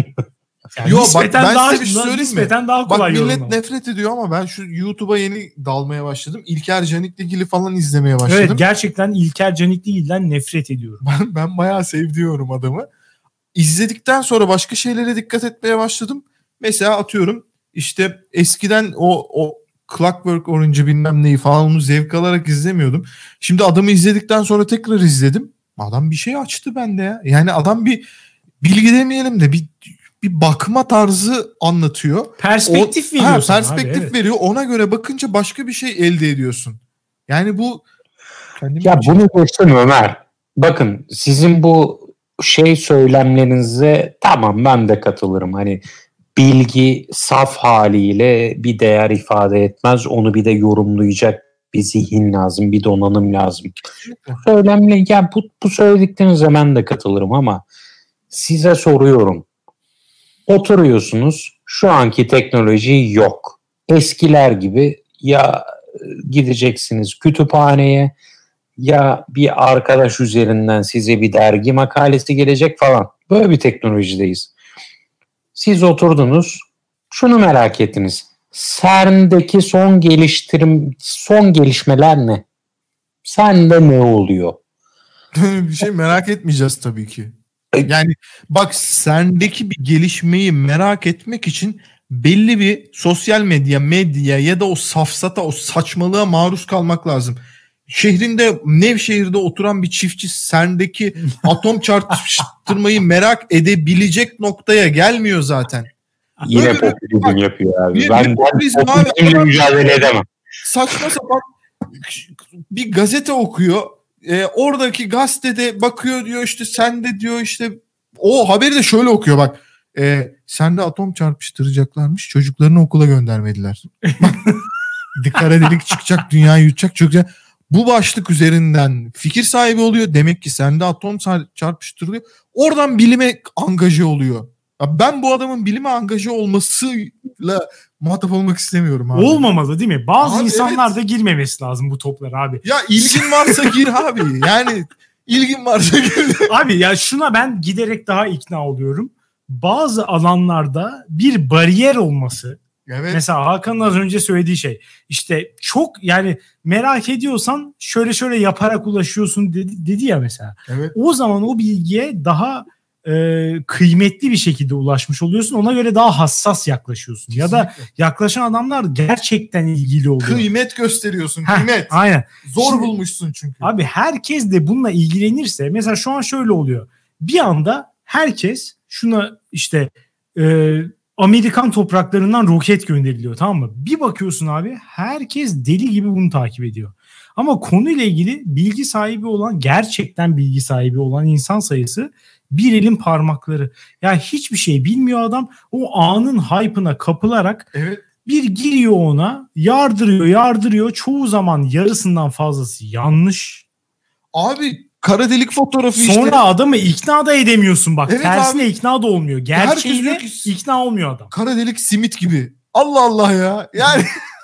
Yani Yo bak ben daha, size bir şey söyleyeyim mi? Daha kolay bak millet ama. nefret ediyor ama ben şu YouTube'a yeni dalmaya başladım. İlker Canikligil'i falan izlemeye başladım. Evet, gerçekten İlker Canikligil'den nefret ediyorum. Ben, ben bayağı sevdiyorum adamı. İzledikten sonra başka şeylere dikkat etmeye başladım. Mesela atıyorum işte eskiden o o Clockwork Orange'ı bilmem neyi falan onu zevk alarak izlemiyordum. Şimdi adamı izledikten sonra tekrar izledim. Adam bir şey açtı bende ya. Yani adam bir bilgi demeyelim de bir bir bakma tarzı anlatıyor. Perspektif o, veriyor ha, sana perspektif abi, veriyor. Ona göre bakınca başka bir şey elde ediyorsun. Yani bu ya bunu geçtim Ömer. Bakın sizin bu şey söylemlerinize tamam ben de katılırım. Hani bilgi saf haliyle bir değer ifade etmez. Onu bir de yorumlayacak bir zihin lazım, bir donanım lazım. Söylemle ya bu, bu söylediklerinize ben de katılırım ama size soruyorum. Oturuyorsunuz, şu anki teknoloji yok. Eskiler gibi ya gideceksiniz kütüphaneye ya bir arkadaş üzerinden size bir dergi makalesi gelecek falan. Böyle bir teknolojideyiz. Siz oturdunuz, şunu merak ettiniz. C E R N'deki son geliştirim, son gelişmeler ne? C E R N'de ne oluyor? Bir şey merak etmeyeceğiz tabii ki. Yani bak C E R N'deki bir gelişmeyi merak etmek için belli bir sosyal medya, medya ya da o safsata, o saçmalığa maruz kalmak lazım. Şehrinde, Nevşehir'de oturan bir çiftçi C E R N'deki atom çarpıştırmayı merak edebilecek noktaya gelmiyor zaten. Yine popülizm yapıyor abi. Bir, ben popülizmle mücadele edemem. Saçma sapan bir gazete okuyor. E, oradaki gazetede bakıyor diyor işte sen de diyor işte o haberi de şöyle okuyor bak. e, sende atom çarpıştıracaklarmış, çocuklarını okula göndermediler. Kara delik çıkacak, dünyayı yutacak, çok güzel. Bu başlık üzerinden fikir sahibi oluyor. Demek ki sende atom çarpıştırılıyor. Oradan bilime angaje oluyor. Ya ben bu adamın bilime angaje olmasıyla muhatap olmak istemiyorum abi. Olmamalı değil mi? Bazı abi insanlar evet. da girmemesi lazım bu toplara abi. Ya ilgin varsa gir abi. Yani ilgin varsa gir. Abi ya şuna ben giderek daha ikna oluyorum. Bazı alanlarda bir bariyer olması. Evet. Mesela Hakan'ın az önce söylediği şey. İşte çok yani merak ediyorsan şöyle şöyle yaparak ulaşıyorsun dedi, dedi ya mesela. Evet. O zaman o bilgiye daha e, kıymetli bir şekilde ulaşmış oluyorsun. Ona göre daha hassas yaklaşıyorsun. Kesinlikle. Ya da yaklaşan adamlar gerçekten ilgili oluyor. Kıymet gösteriyorsun. Heh, kıymet. Aynen. Zor Şimdi, bulmuşsun çünkü. Abi herkes de bununla ilgilenirse mesela şu an şöyle oluyor. Bir anda herkes şuna işte e, Amerikan topraklarından roket gönderiliyor, tamam mı? Bir bakıyorsun abi herkes deli gibi bunu takip ediyor. Ama konuyla ilgili bilgi sahibi olan, gerçekten bilgi sahibi olan insan sayısı bir elin parmakları. Ya yani hiçbir şey bilmiyor adam. O anın hype'ına kapılarak evet. bir giriyor ona, yardırıyor, yardırıyor. Çoğu zaman yarısından fazlası yanlış. Abi kara delik fotoğrafı Sonra işte. Sonra adamı ikna da edemiyorsun bak. Evet tersine abi. ikna da olmuyor. Gerçeğiyle ki, ikna olmuyor adam. Kara delik simit gibi. Allah Allah ya. Yani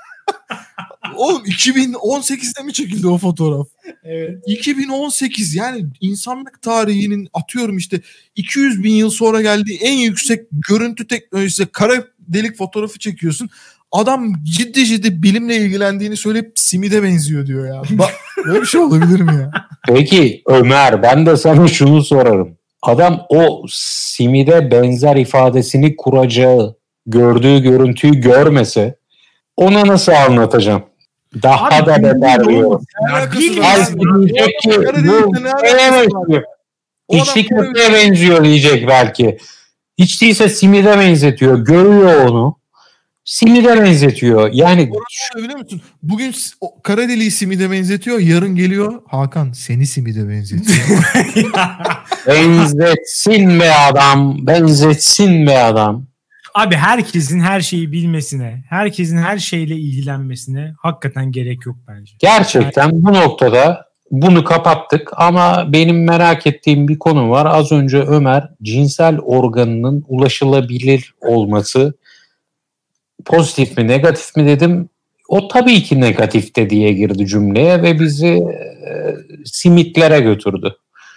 oğlum iki bin on sekizde mi çekildi o fotoğraf? Evet. iki bin on sekiz yani insanlık tarihinin atıyorum işte iki yüz bin yıl sonra geldiği en yüksek görüntü teknolojisi kara delik fotoğrafı çekiyorsun. Adam ciddi ciddi bilimle ilgilendiğini söyleyip simide benziyor diyor ya. Bak böyle bir şey olabilir mi ya? Peki Ömer, ben de sana şunu sorarım. Adam o simide benzer ifadesini kuracağı, gördüğü görüntüyü görmese ona nasıl anlatacağım? Daha abi, da beter diyor. Alakası diyecek ki bu neye benziyor? İçli köpeğe benziyor diyecek belki. Hiç değilse simide benzetiyor. Görüyor onu. Simide benzetiyor. Yani biliyor musun? Bugün kara deliği simide benzetiyor. Yarın geliyor Hakan seni simide benzetiyor. Benzetsin be adam. Benzetsin be adam. Abi herkesin her şeyi bilmesine, herkesin her şeyle ilgilenmesine hakikaten gerek yok bence. Gerçekten yani, bu noktada bunu kapattık ama benim merak ettiğim bir konu var. Az önce Ömer cinsel organının ulaşılabilir olması pozitif mi negatif mi dedim. O tabii ki negatif de diye girdi cümleye ve bizi e, simitlere götürdü.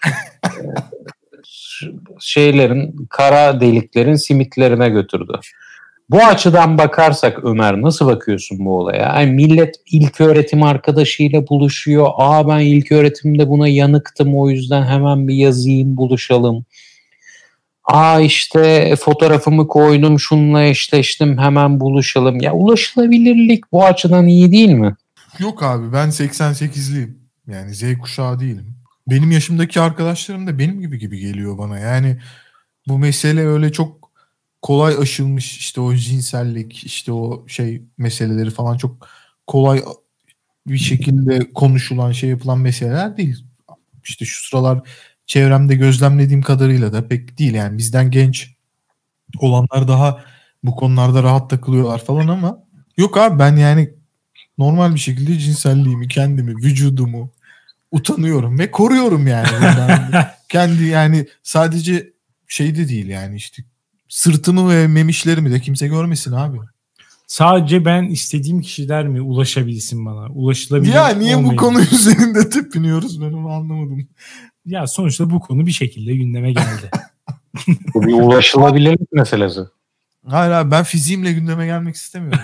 Şeylerin, kara deliklerin simitlerine götürdü. Bu açıdan bakarsak Ömer nasıl bakıyorsun bu olaya? Yani millet ilköğretim arkadaşıyla buluşuyor. Aa ben ilköğretimde buna yanıktım o yüzden hemen bir yazayım buluşalım. Aa işte fotoğrafımı koydum şununla eşleştim hemen buluşalım. Ya ulaşılabilirlik bu açıdan iyi değil mi? Yok abi ben seksen sekizliyim. Yani Z kuşağı değilim. Benim yaşımdaki arkadaşlarım da benim gibi gibi geliyor bana. Yani bu mesele öyle çok kolay aşılmış işte o cinsellik işte o şey meseleleri falan çok kolay bir şekilde konuşulan şey yapılan meseleler değil. İşte şu sıralar çevremde gözlemlediğim kadarıyla da pek değil yani bizden genç olanlar daha bu konularda rahat takılıyorlar falan ama yok abi ben yani normal bir şekilde cinselliğimi, kendimi, vücudumu utanıyorum ve koruyorum yani. Kendi yani sadece şeyde değil yani işte sırtımı ve memişlerimi de kimse görmesin abi. Sadece ben istediğim kişiler mi ulaşabilsin bana? Ulaşılabilir ya niye olmayın. Bu konu üzerinde tepiniyoruz ben onu anlamadım. Ya sonuçta bu konu bir şekilde gündeme geldi. Bu bir ulaşılabilirlik meselesi. Hayır abi ben fiziğimle gündeme gelmek istemiyorum.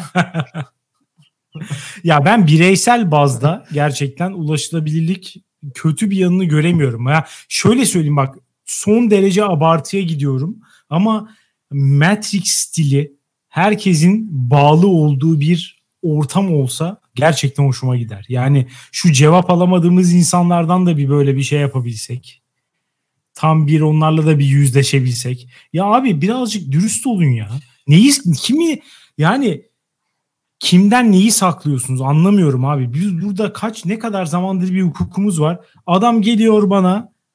Ya ben bireysel bazda gerçekten ulaşılabilirlik kötü bir yanını göremiyorum. Ya şöyle söyleyeyim bak son derece abartıya gidiyorum ama Matrix stili herkesin bağlı olduğu bir ortam olsa gerçekten hoşuma gider. Yani şu cevap alamadığımız insanlardan da bir böyle bir şey yapabilsek. Tam bir onlarla da bir yüzleşebilsek. Ya abi birazcık dürüst olun ya. Neyi kimi yani kimden neyi saklıyorsunuz anlamıyorum abi. Biz burada kaç ne kadar zamandır bir hukukumuz var. Adam geliyor bana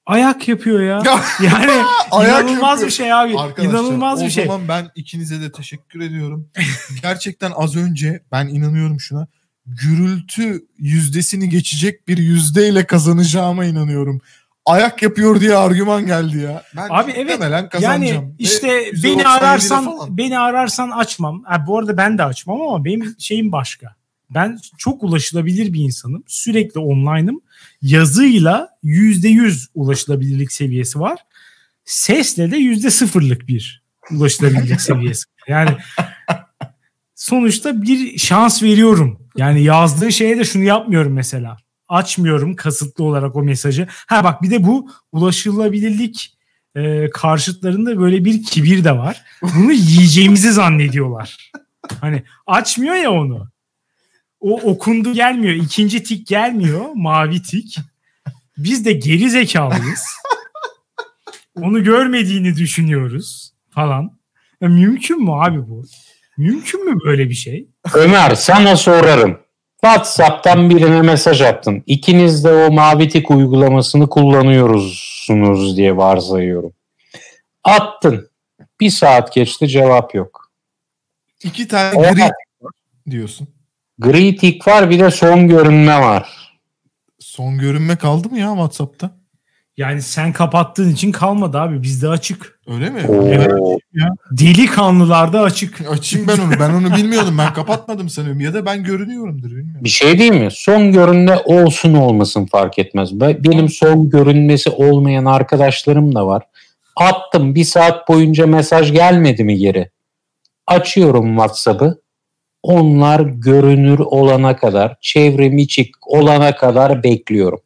Ayak yapıyor ya. Yani inanılmaz bir şey abi. Arkadaşlar, inanılmaz bir şey. O zaman ben ikinize de teşekkür ediyorum. Gerçekten az önce ben inanıyorum şuna. Gürültü yüzdesini geçecek bir yüzdeyle kazanacağıma inanıyorum. Ayak yapıyor diye argüman geldi ya. Ben abi evet. Kazanacağım. Yani işte beni ararsan beni ararsan açmam. Ha, bu arada ben de açmam ama benim şeyim başka. Ben çok ulaşılabilir bir insanım. Sürekli online'ım. Yazıyla yüzde yüz ulaşılabilirlik seviyesi var. Sesle de yüzde sıfırlık bir ulaşılabilirlik seviyesi var. Yani sonuçta bir şans veriyorum. Yani yazdığı şeye de şunu yapmıyorum mesela. Açmıyorum kasıtlı olarak o mesajı. Ha bak bir de bu ulaşılabilirlik e, karşıtlarında böyle bir kibir de var. Bunu yiyeceğimizi zannediyorlar. Hani açmıyor ya onu. O okundu gelmiyor. İkinci tik gelmiyor. Mavi tik. Biz de geri zekalıyız. Onu görmediğini düşünüyoruz falan. Ya mümkün mü abi bu? Mümkün mü böyle bir şey? Ömer sana sorarım. WhatsApp'tan birine mesaj attın. İkiniz de o mavi tik uygulamasını kullanıyorsunuz diye varsayıyorum. Attın. Bir saat geçti cevap yok. İki tane gri tik var diyorsun. Gri tik var bir de son görünme var. Son görünme kaldı mı ya WhatsApp'ta? Yani sen kapattığın için kalmadı abi. Bizde açık. Öyle mi? Evet. Ya. Delikanlılarda açık. Açayım ben onu. Ben onu bilmiyordum. Ben kapatmadım sanıyorum. Ya da ben görünüyorumdur. Bilmiyorum. Bir şey değil mi? Son görünme olsun olmasın fark etmez. Benim son görünmesi olmayan arkadaşlarım da var. Attım. Bir saat boyunca mesaj gelmedi mi geri? Açıyorum WhatsApp'ı. Onlar görünür olana kadar, çevrim içi olana kadar bekliyorum.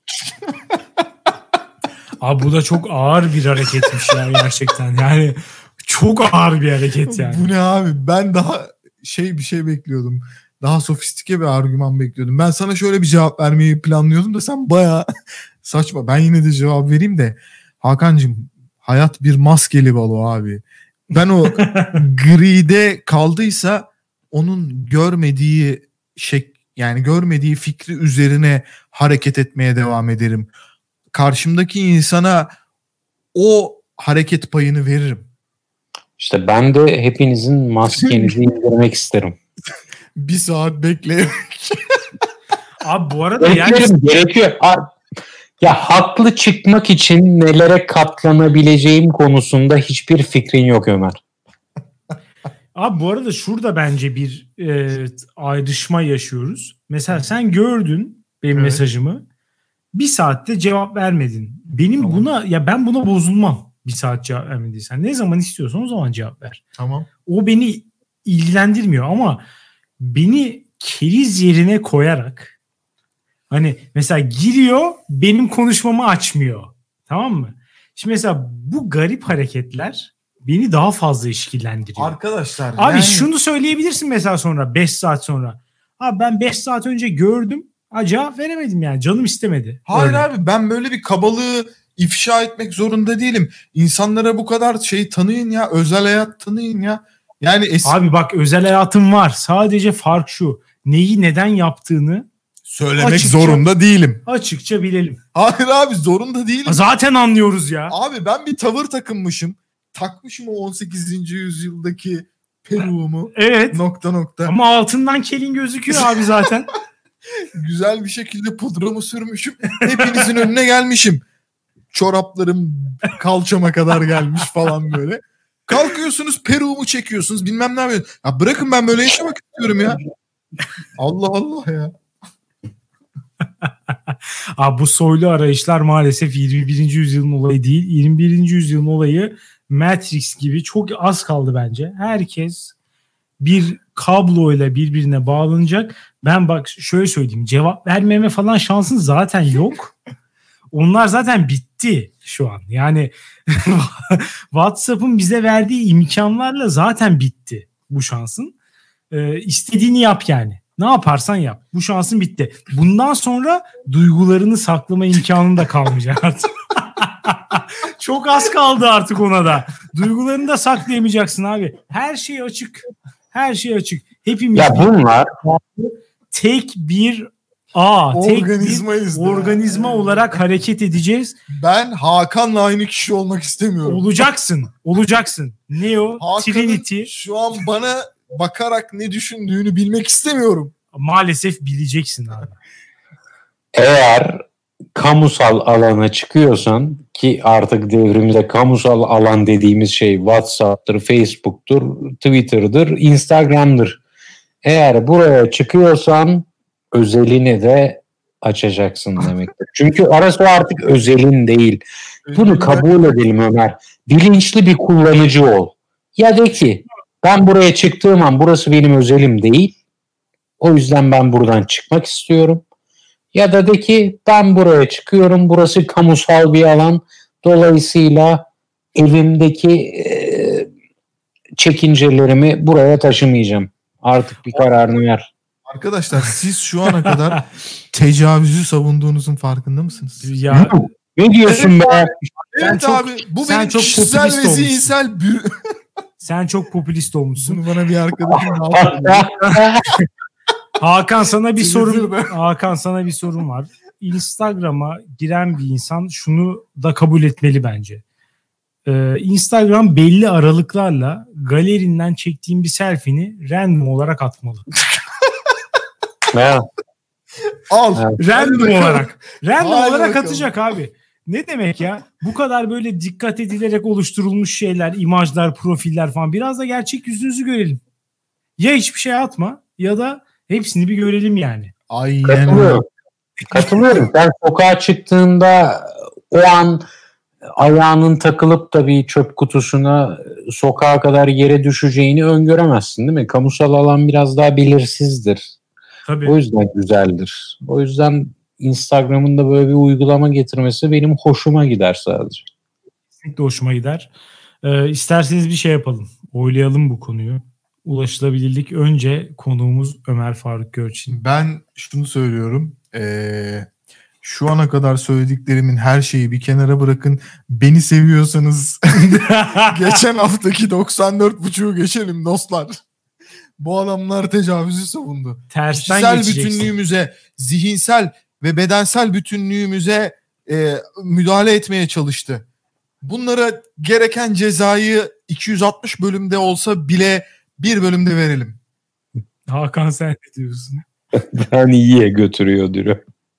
Abi bu da çok ağır bir hareketmiş ya gerçekten. Yani çok ağır bir hareket yani. Bu ne abi? Ben daha şey bir şey bekliyordum. Daha sofistike bir argüman bekliyordum. Ben sana şöyle bir cevap vermeyi planlıyordum da sen bayağı saçma. Ben yine de cevap vereyim de. Hakan'cığım hayat bir maskeli balo abi. Ben o gride kaldıysa onun görmediği şey yani görmediği fikri üzerine hareket etmeye devam ederim. Karşımdaki insana o hareket payını veririm. İşte ben de hepinizin maskenizi indirmek isterim. Bir saat bekleyerek. Abi bu arada Beklerim, yani... gerekiyor. Ya haklı çıkmak için nelere katlanabileceğim konusunda hiçbir fikrin yok Ömer. Abi bu arada şurada bence bir e, ayrışma yaşıyoruz. Mesela sen gördün benim evet. mesajımı. Bir saatte cevap vermedin. Benim tamam. buna ya ben buna bozulmam. Bir saat cevap vermediysen. Ne zaman istiyorsan o zaman cevap ver. Tamam. O beni ilgilendirmiyor ama beni keriz yerine koyarak hani mesela giriyor benim konuşmamı açmıyor. Tamam mı? Şimdi mesela bu garip hareketler beni daha fazla işkillendiriyor. Arkadaşlar. Abi yani... şunu söyleyebilirsin mesela sonra beş saat sonra. Abi ben beş saat önce gördüm. Ha, cevap veremedim yani. Canım istemedi. Hayır öyle. Abi ben böyle bir kabalığı ifşa etmek zorunda değilim. İnsanlara bu kadar şey tanıyın ya. Özel hayat tanıyın ya. Yani eski... Abi bak özel hayatım var. Sadece fark şu. Neyi neden yaptığını söylemek açıkça, zorunda değilim. Açıkça bilelim. Hayır abi zorunda değilim. Zaten anlıyoruz ya. Abi ben bir tavır takınmışım. Takmışım o on sekizinci yüzyıldaki peruğumu. Evet. Nokta nokta. Ama altından kelin gözüküyor abi zaten. Güzel bir şekilde pudramı sürmüşüm. Hepinizin önüne gelmişim. Çoraplarım kalçama kadar gelmiş falan böyle. Kalkıyorsunuz peruğumu çekiyorsunuz bilmem ne yapıyorsunuz. Ya bırakın ben böyle yaşamak istiyorum ya. Allah Allah ya. Abi bu soylu arayışlar maalesef yirmi birinci yüzyılın olayı değil. yirmi birinci yüzyılın olayı Matrix gibi çok az kaldı bence. Herkes bir kabloyla birbirine bağlanacak. Ben bak şöyle söyleyeyim. Cevap vermeme falan şansın zaten yok. Onlar zaten bitti şu an. Yani WhatsApp'ın bize verdiği imkanlarla zaten bitti bu şansın. Ee, istediğini yap yani. Ne yaparsan yap. Bu şansın bitti. Bundan sonra duygularını saklama imkanın da kalmayacak artık. Çok az kaldı artık ona da. Duygularını da saklayamayacaksın abi. Her şey açık. Her şey açık. Hepimiz ya bunlar tek bir A, tek bir Organizmayız da. organizma olarak hareket edeceğiz. Ben Hakan'la aynı kişi olmak istemiyorum. Olacaksın. Olacaksın. Neo, Hakan'ın Trinity. şu an bana bakarak ne düşündüğünü bilmek istemiyorum. Maalesef bileceksin abi. Eğer kamusal alana çıkıyorsan, ki artık devrimde kamusal alan dediğimiz şey WhatsApp'tır, Facebook'tur, Twitter'dır, Instagram'dır. Eğer buraya çıkıyorsan özelini de açacaksın demektir. Çünkü arası artık özelin değil. Bunu kabul edelim Ömer. Bilinçli bir kullanıcı ol. Ya de ki ben buraya çıktığım an burası benim özelim değil. O yüzden ben buradan çıkmak istiyorum. Ya da de ki ben buraya çıkıyorum. Burası kamusal bir alan. Dolayısıyla evimdeki e, çekincelerimi buraya taşımayacağım. Artık bir kararını ver. Arkadaşlar siz şu ana kadar tecavüzü savunduğunuzun farkında mısınız? Ya Ne diyorsun be? Evet çok- abi bu sen benim çok kişisel popülist ve olmuşsun. zihinsel bü- sen çok popülist olmuşsun. Bunu bana bir arkadaşım daha söyledi. Hakan sana bir sorum. Twitter'da. Hakan sana bir sorum var. Instagram'a giren bir insan şunu da kabul etmeli bence. Ee, Instagram belli aralıklarla galerinden çektiğin bir selfie'ni random olarak atmalı. Ha, Al. Evet. Random Hadi bakalım. olarak. Random Hadi olarak bakalım. atacak abi. Ne demek ya? Bu kadar böyle dikkat edilerek oluşturulmuş şeyler, imajlar, profiller falan. Biraz da gerçek yüzünüzü görelim. Ya hiçbir şey atma ya da hepsini bir görelim yani. Aynen. katılıyorum. Katılıyorum. Sen sokağa çıktığında o an ayağının takılıp da bir çöp kutusuna sokağa kadar yere düşeceğini öngöremezsin değil mi? Kamusal alan biraz daha belirsizdir. Tabii. O yüzden güzeldir. O yüzden Instagram'ın da böyle bir uygulama getirmesi benim hoşuma gider sadece. Kesinlikle hoşuma gider. Ee, isterseniz bir şey yapalım. Oylayalım bu konuyu. Ulaşılabilirlik önce konuğumuz Ömer Faruk Görçin. Ben şunu söylüyorum. Ee, şu ana kadar söylediklerimin her şeyi bir kenara bırakın. Beni seviyorsanız geçen haftaki doksan dört buçuğu geçelim dostlar. Bu adamlar tecavüzü savundu. Tersten Kişisel geçeceksin. bütünlüğümüze, zihinsel ve bedensel bütünlüğümüze e, müdahale etmeye çalıştı. Bunlara gereken cezayı iki yüz altmış bölümde olsa bile bir bölümde verelim. Hakan sen ne diyorsun? Ben iyiye götürüyor diyor.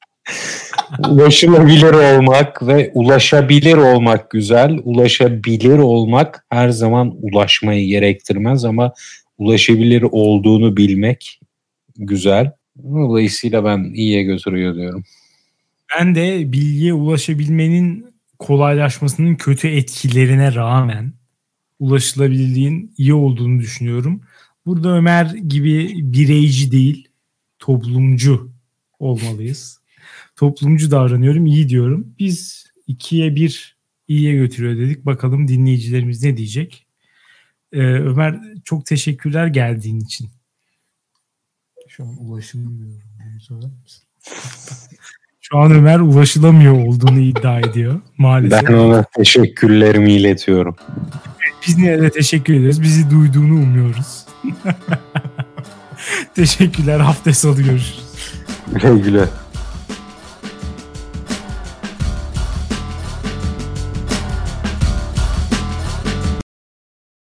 Ulaşılabilir olmak ve ulaşabilir olmak güzel. Ulaşabilir olmak her zaman ulaşmayı gerektirmez ama ulaşabilir olduğunu bilmek güzel. Dolayısıyla ben iyiye götürüyor diyorum. Ben de bilgiye ulaşabilmenin kolaylaşmasının kötü etkilerine rağmen ulaşılabilirliğin iyi olduğunu düşünüyorum. Burada Ömer gibi bireyci değil, toplumcu olmalıyız. Toplumcu davranıyorum, iyi diyorum. Biz ikiye bir iyiye götürüyor dedik. Bakalım dinleyicilerimiz ne diyecek? Ee, Ömer çok teşekkürler geldiğin için. Şu an ulaşılamıyorum. Bunu söyler misin? Şu an Ömer ulaşılamıyor olduğunu iddia ediyor maalesef. Ben ona teşekkürlerimi iletiyorum. Biz yine de teşekkür ederiz. Bizi duyduğunu umuyoruz. Teşekkürler. Hafta sonu görüşürüz. Güle güle.